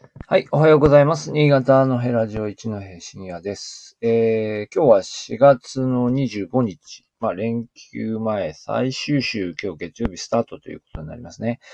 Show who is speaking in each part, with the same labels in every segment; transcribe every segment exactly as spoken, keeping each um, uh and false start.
Speaker 1: はい、おはようございます。新潟のヘラジオ一戸深夜です。えー、今日はしがつのにじゅうごにち、まあ連休前最終週、今日月曜日スタートということになりますね。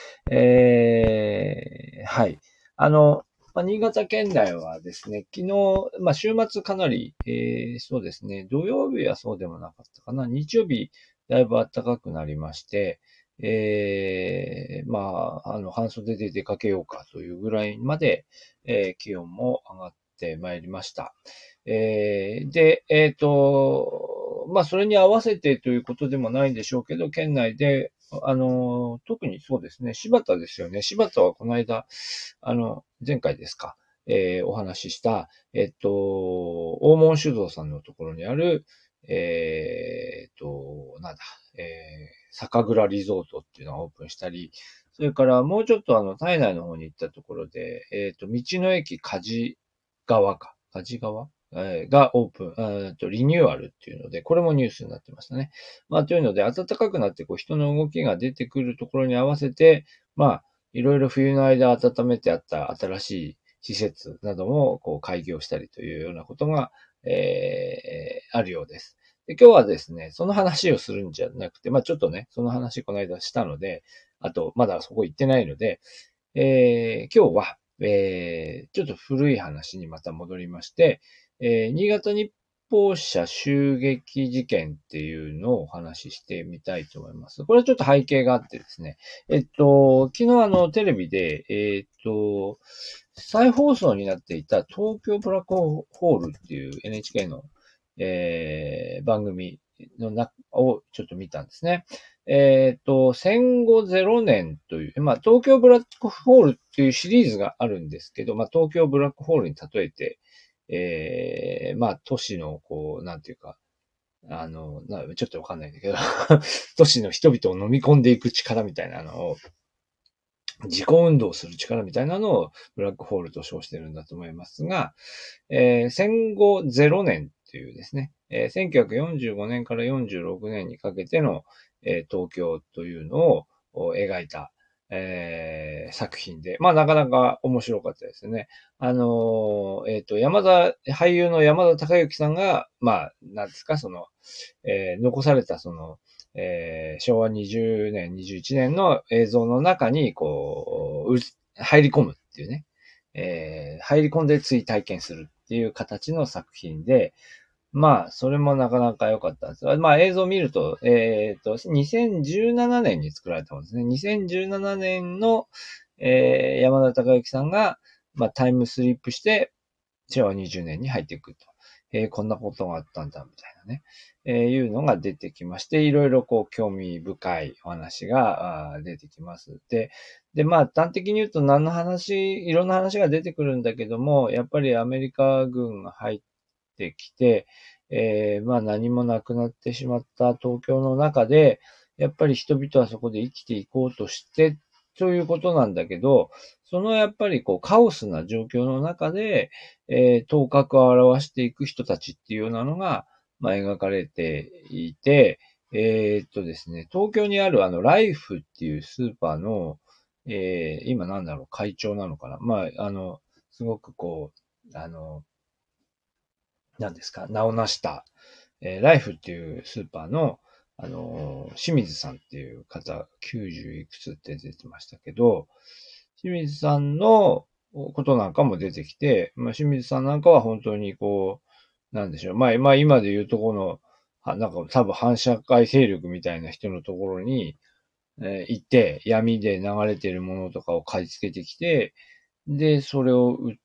Speaker 1: えー、はい。あの、まあ、新潟県内はですね、昨日、まあ週末かなり、えー、そうですね、土曜日はそうでもなかったかな、日曜日だいぶ暖かくなりまして、えー、まあ、あの、半袖で出かけようかというぐらいまで、えー気温も上がってまいりました。えーで、えっと、まあ、それに合わせてということでもないんでしょうけど、県内で、あの、特にそうですね、柴田ですよね。柴田はこの間、あの、前回ですか、えーお話しした、えっと、大門酒造さんのところにある、えーっと、なんだ、えー酒蔵リゾートっていうのがオープンしたり、それからもうちょっとあの、体内の方に行ったところで、えっと、道の駅梶川か。梶川えーがオープン、えーと、リニューアルっていうので、これもニュースになってましたね。まあ、というので、暖かくなってこう人の動きが出てくるところに合わせて、まあ、いろいろ冬の間温めてあった新しい施設などもこう開業したりというようなことが、えーあるようです。で、今日はですね、その話をするんじゃなくて、まあちょっとね、その話この間したので、あと、まだそこ行ってないので、えー今日は、えーちょっと古い話にまた戻りまして、えー新潟日報社襲撃事件っていうのをお話ししてみたいと思います。これはちょっと背景があってですね、えっと、昨日あの、テレビで、えっと、再放送になっていた東京ブラックホールっていう エヌエイチケー の、えー番組の中をちょっと見たんですね。えっと、戦後ゼロねんという、まあ、東京ブラックホールっていうシリーズがあるんですけど、まあ、東京ブラックホールに例えて、えー、まあ、都市の、こう、なんていうか、あの、なちょっとわかんないんだけど都市の人々を飲み込んでいく力みたいなのを、自己運動する力みたいなのをブラックホールと称してるんだと思いますが、えー戦後ゼロねんっていうですね、えーせんきゅうひゃくよんじゅうごねんからよんじゅうろくねんにかけての、えー東京というのをを描いた、えー作品で、まあなかなか面白かったですね。あのーえっ、と、山田、俳優の山田孝之さんが、まあ、なんですか、その、えー残されたその、えー昭和にじゅうねん、にじゅういちねんの映像の中に、こう、う入り込むっていうね、えー入り込んで追体験するっていう形の作品で、まあ、それもなかなか良かったんです。まあ、映像を見ると、えっと、にせんじゅうななねんに作られたものですね。にせんじゅうななねんの、えー山田孝之さんが、まあ、タイムスリップして、しょわにじゅうねんに入っていくと。えーこんなことがあったんだ、みたいなね。えーいうのが出てきまして、いろいろこう、興味深いお話があー出てきます。で、で、まあ、端的に言うと何の話、いろんな話が出てくるんだけども、やっぱりアメリカ軍が入ってきて、えーまあ何もなくなってしまった東京の中で、やっぱり人々はそこで生きていこうとしてということなんだけど、そのやっぱりこうカオスな状況の中で、えー頭角を現していく人たちっていうようなのが、まあ、描かれていて、えーっとですね、東京にあるあの、ライフっていうスーパーの、えー今なんだろう、会長なのかな。まあ、あの、すごくこう、あの、なんですか、名を成した、えーライフっていうスーパーの、あのー清水さんっていう方、きゅうじゅういくつって出てましたけど、清水さんのことなんかも出てきて、まあ、清水さんなんかは本当にこう、なんでしょう。まあ、まあ、今で言うとこの、はなんか多分反社会勢力みたいな人のところに、えー行って、闇で流れてるものとかを買い付けてきて、で、それを売って、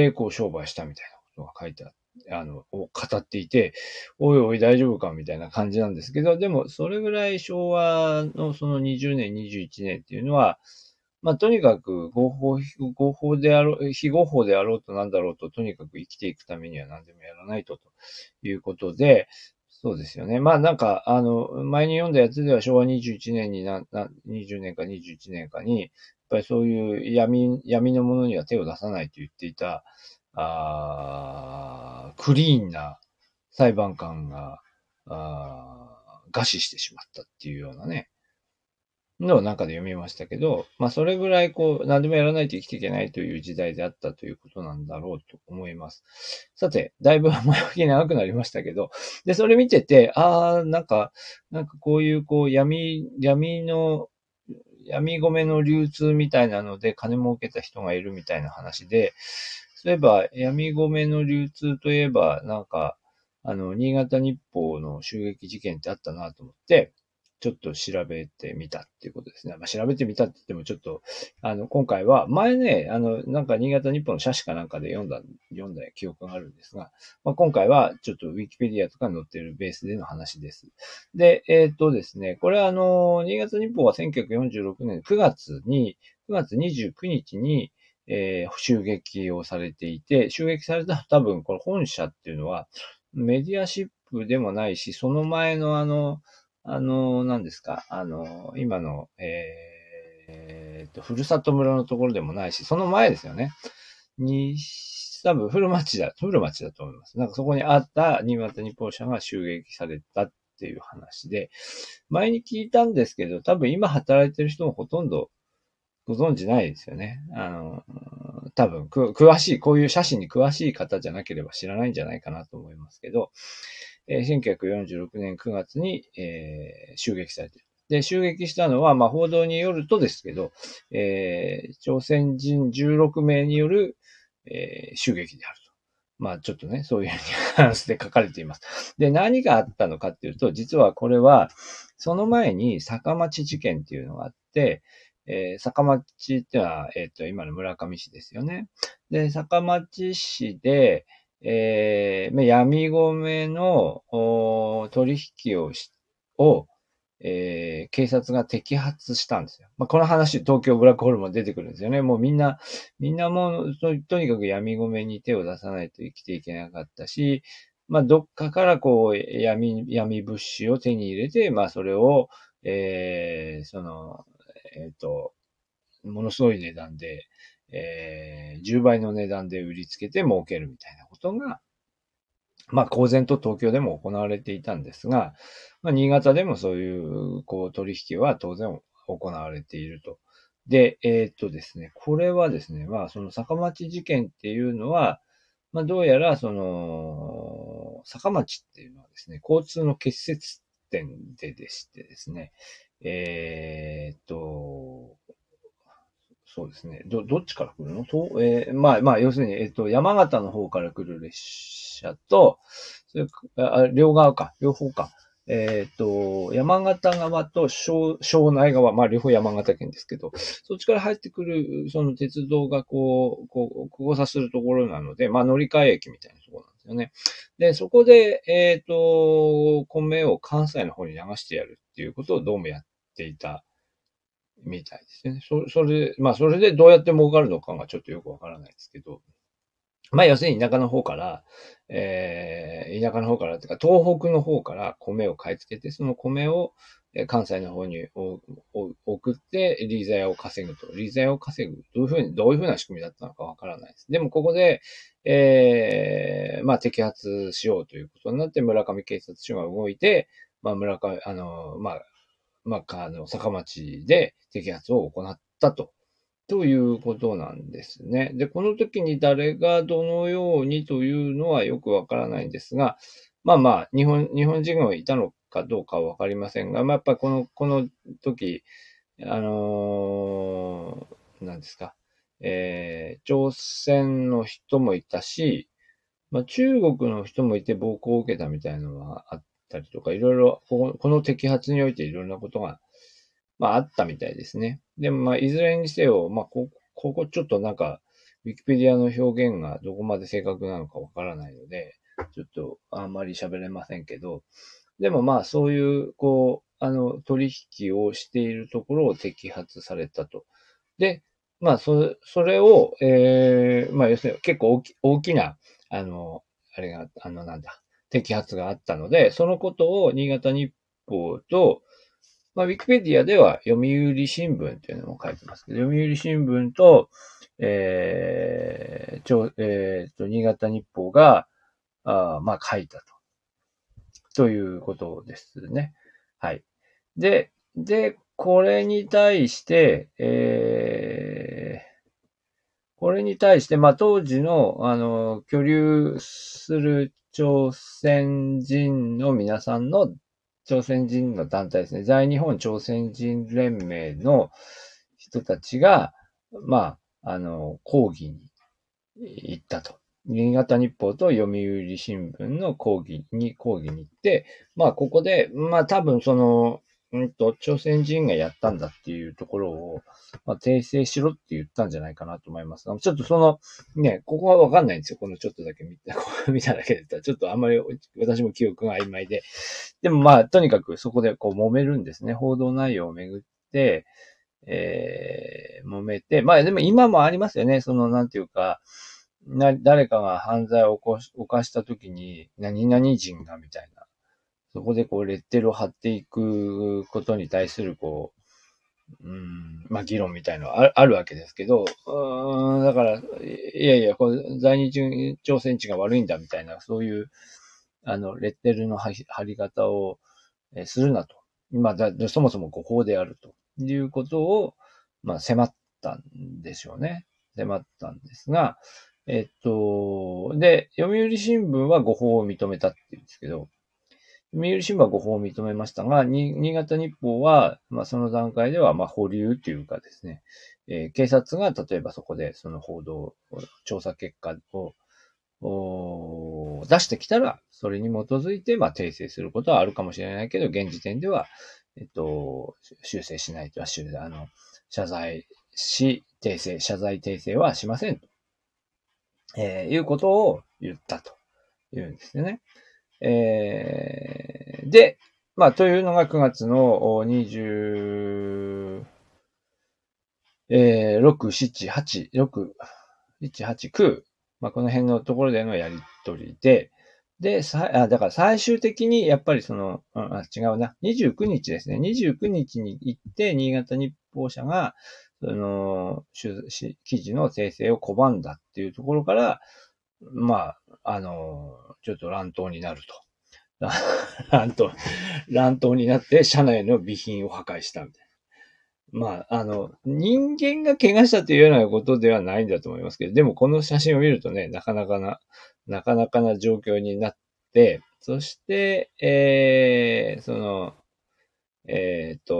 Speaker 1: こう商売したみたいなことが書いてあって、あの、を語っていて、おいおい大丈夫かみたいな感じなんですけど、でもそれぐらい昭和のそのにじゅうねん、にじゅういちねんっていうのは、まあとにかく合法、合法であろう、非合法であろうとなんだろうと、とにかく生きていくためには何でもやらないと、ということで、そうですよね。まあなんか、あの、前に読んだやつでは昭和にじゅういちねんにな、な、にじゅうねんかにじゅういちねんかに、やっぱりそういう闇、闇のものには手を出さないと言っていた、あークリーンな裁判官が、あー餓死してしまったっていうようなね、 の中で読みましたけど、まあそれぐらいこう何でもやらないと生きていけないという時代であったということなんだろうと思います。さて、だいぶ前置き長くなりましたけど、で、それ見てて、ああ、なんか、なんかこういうこう闇、闇の、闇米の流通みたいなので金儲けた人がいるみたいな話で、そういえば闇米の流通といえば、なんか、あの、新潟日報の襲撃事件ってあったなと思って、ちょっと調べてみたっていうことですね。まあ、調べてみたって言ってもちょっと、あの、今回は、前ね、あの、なんか新潟日報の写真かなんかで読んだ、読んだ記憶があるんですが、まあ、今回はちょっとウィキペディアとかに載っているベースでの話です。で、えーっとですね、これはあの、新潟日報はせんきゅうひゃくよんじゅうろくねんくがつに、くがつにじゅうくにちに、えー、襲撃をされていて、襲撃された多分、この本社っていうのは、メディアシップでもないし、その前のあの、あの、何ですか、あの、今の、えー、と、ふるさと村のところでもないし、その前ですよね。に、多分、古町だ、古町だと思います。なんかそこにあった新潟日報社が襲撃されたっていう話で、前に聞いたんですけど、多分今働いてる人もほとんどご存知ないですよね。あの、多分、く、詳しい、こういう写真に詳しい方じゃなければ知らないんじゃないかなと思いますけど、えーせんきゅうひゃくよんじゅうろくねんくがつに、えー襲撃されている。で、襲撃したのは、まあ、報道によるとですけど、えー朝鮮人じゅうろくめいによる、えー襲撃であると。まあ、ちょっとね、そういうニュアンスで書かれています。で、何があったのかっていうと、実はこれは、その前に坂町事件っていうのがあって、えー坂町っていうのは、えっ、と、今の村上市ですよね。で、坂町市で、えー、まあ闇米のお取引をし、を、えー警察が摘発したんですよ。まあ、この話、東京ブラックホールも出てくるんですよね。もうみんな、みんなもう、ととにかく闇米に手を出さないと生きていけなかったし、まあ、どっかからこう、闇、闇物資を手に入れて、まあ、それを、えー、その、えっと、ものすごい値段で、えー、じゅうばいの値段で売りつけて儲けるみたいなことが、まあ、公然と東京でも行われていたんですが、まあ、新潟でもそういう、こう、取引は当然行われていると。で、えーっとですね、これはですね、まあ、その坂町事件っていうのは、まあ、どうやら、その、坂町っていうのはですね、交通の結節点ででしてですね、えーっと、そうですね。ど、どっちから来るのと、えーまあ、まあ、要するに、えっと、山形の方から来る列車と、それかあ両側か、両方か。えっと、山形側と庄庄内側、まあ、両方山形県ですけど、そっちから入ってくる、その鉄道がこう、こう、交差するところなので、まあ、乗り換え駅みたいなところなんですよね。で、そこで、えっと、米を関西の方に流してやるっていうことをどうもやっていたみたいですね。そ、それ、まあ、それでどうやって儲かるのかがちょっとよくわからないですけど、まあ、要するに田舎の方から、えー、田舎の方からっていうか、東北の方から米を買い付けて、その米をえー関西の方におお送って、リーザヤを稼ぐと。リーザヤを稼ぐ。どういうふうに、どういうふうな仕組みだったのかわからないです。でも、ここで、えー、まあ、摘発しようということになって、村上警察署が動いて、まあ、村上、あの、まあ、まあ、あの、坂町で摘発を行ったと。ということなんですね。で、この時に誰がどのようにというのはよくわからないんですが、まあまあ、日本、日本人がいたのかどうかはわかりませんが、まあやっぱりこの、この時、あのー、なんですか、えー、朝鮮の人もいたし、まあ中国の人もいて暴行を受けたみたいなのはあったりとか、いろいろ、こここの摘発においていろんなことがまあ、あったみたいですね。でも、まあ、いずれにせよ、まあ、こ、ここちょっとなんか、ウィキペディアの表現がどこまで正確なのかわからないので、ちょっとあんまり喋れませんけど、でもまあ、そういう、こう、あの、取引をしているところを摘発されたと。で、まあ、そ、それを、えー、まあ、要するに結構大き、大きな、あの、あれが、あの、なんだ、摘発があったので、そのことを新潟日報と、まあ、ウィキペディアでは読売新聞っていうのも書いてますけど、読売新聞と、えー、ちょ、えー、と、新潟日報が、あまあ、書いたと。ということですね。はい。で、で、 これに対して、えー、これに対して、まあ、当時の、あの、居留する朝鮮人の皆さんの、朝鮮人の団体ですね。在日本朝鮮人連盟の人たちが、まあ、あの、抗議に行ったと。新潟日報と読売新聞の抗議に、抗議に行って、まあ、ここで、まあ、多分その、うんと、朝鮮人がやったんだっていうところを、まあ、訂正しろって言ったんじゃないかなと思います。ちょっとその、ね、ここはわかんないんですよ。このちょっとだけ見た、見ただけで言ったら、ちょっとあんまり私も記憶が曖昧で。でもまあ、とにかくそこでこう揉めるんですね。報道内容をめぐって、えー、揉めて、まあでも今もありますよね。その、なんていうか、な、誰かが犯罪を起こし、犯したときに、何々人がみたいな。そこでこう、レッテルを貼っていくことに対する、こう、うん、まあ、議論みたいなのはああるわけですけど、うん、だから、いやいや、これ、在日朝鮮人が悪いんだみたいな、そういう、あの、レッテルの貼り貼り方を、えーするなと。まあ、だ、そもそも誤報であるということを、まあ、迫ったんでしょうね。迫ったんですが、えっと、で、読売新聞は誤報を認めたって言うんですけど、読売新聞は誤報を認めましたが、に新潟日報は、まあ、その段階では、まあ、保留というかですね、えー警察が例えばそこでその報道、調査結果をお出してきたら、それに基づいて、まあ、訂正することはあるかもしれないけど、現時点では、えっと、修正しないとは、あの、謝罪し、訂正、謝罪訂正はしませんと、えーいうことを言ったというんですよね。えー、で、まあ、というのがくがつのにじゅう、えー、ろく、しち、はち、ろく、しち、はち、きゅう、まあ、この辺のところでのやりとりで、で、さ、あ、だから最終的にやっぱりその、うん、あ、違うな。にじゅうくにちですね。にじゅうくにちに行って、新潟日報社が、その、記事の訂正を拒んだっていうところから、まあ、あの、ちょっと乱闘になると。乱闘、乱闘になって車内の備品を破壊したみたいな。まあ、あの、人間が怪我したというようなことではないんだと思いますけど、でもこの写真を見るとね、なかなかな、なかなかな状況になって、そして、えー、その、えっ、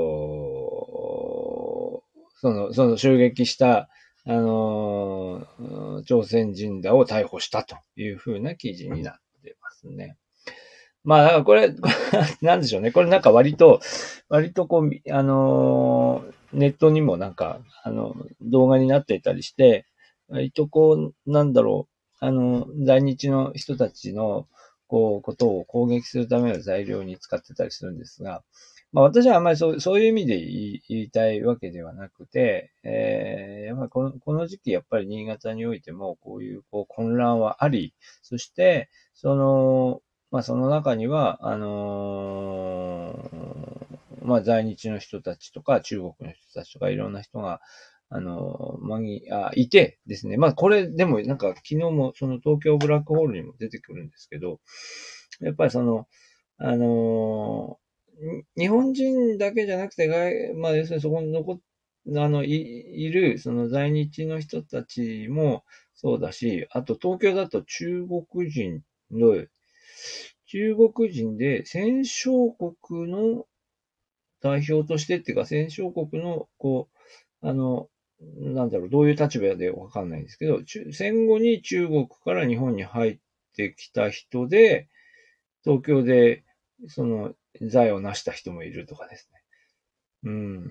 Speaker 1: と、その、その襲撃した、あのー朝鮮人だを逮捕したというふうな記事になってますね。まあ、だからこれ、なんでしょうね。これなんか割と、割とこう、あのーネットにもなんか、あの、動画になっていたりして、割とこう、なんだろう、あの、在日の人たちの、こう、ことを攻撃するための材料に使ってたりするんですが、まあ私はあんまりそうそういう意味で言い言いたいわけではなくて、えー、やっぱりこのこの時期やっぱり新潟においてもこういうこう混乱はあり、そして、その、まあその中には、あのーまあ在日の人たちとか中国の人たちとかいろんな人が、あのー、まぎ、あ、いてですね。まあこれでもなんか昨日もその東京ブラックホールにも出てくるんですけど、やっぱりその、あのー日本人だけじゃなくて、外まあ、要するにそこに残っ、あの、い、いる、その在日の人たちもそうだし、あと東京だと中国人の、中国人で戦勝国の代表としてっていうか、戦勝国の、こう、あの、なんだろう、どういう立場でわかんないんですけど、戦後に中国から日本に入ってきた人で、東京で、その、財を成した人もいるとかですね。うん。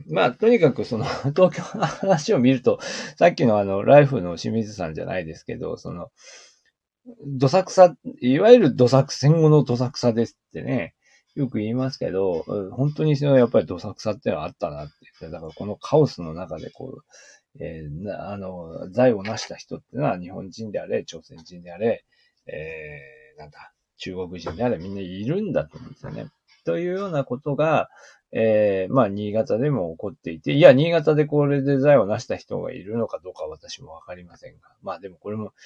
Speaker 1: まあ、とにかくその、東京の話を見ると、さっきのあの、ライフの清水さんじゃないですけど、その、どさくさ、いわゆるどさく、戦後のどさくさですってね、よく言いますけど、本当にそのやっぱりどさくさってのはあったなって。だからこのカオスの中でこう、えー、なあの、財を成した人ってのは日本人であれ、朝鮮人であれ、えー、なんだ、中国人であれ、みんないるんだと思うんですよね。というようなことが、えー、まあ、新潟でも起こっていて、いや、新潟でこれで財を成した人がいるのかどうか私もわかりませんが、まあでもこれも、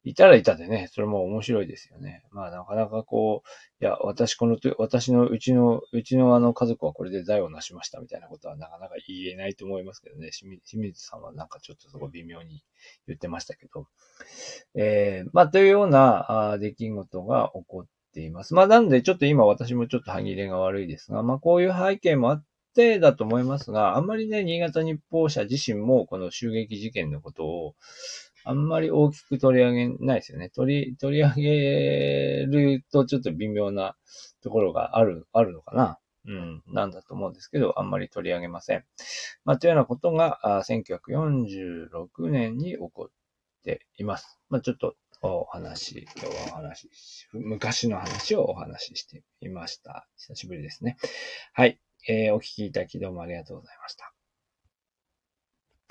Speaker 1: いたらいたでね、それも面白いですよね。まあなかなかこう、いや、私このと、私のうちの、うちのあの家族はこれで財を成しましたみたいなことはなかなか言えないと思いますけどね。清水清水さんはなんかちょっとそこ微妙に言ってましたけど。えー、まあというようなあ出来事が起こっています。まあなのでちょっと今私もちょっと歯切れが悪いですが、まあこういう背景もあってだと思いますが、あんまりね、新潟日報社自身もこの襲撃事件のことをあんまり大きく取り上げないですよね。取り、取り上げるとちょっと微妙なところがある、あるのかな。うん、なんだと思うんですけど、あんまり取り上げません。まあ、というようなことが、あせんきゅうひゃくよんじゅうろくねんに起こっています。まあ、ちょっとお話、今日はお話し、昔の話をお話ししてみました。久しぶりですね。はい。えー、お聞きいただきどうもありがとうございました。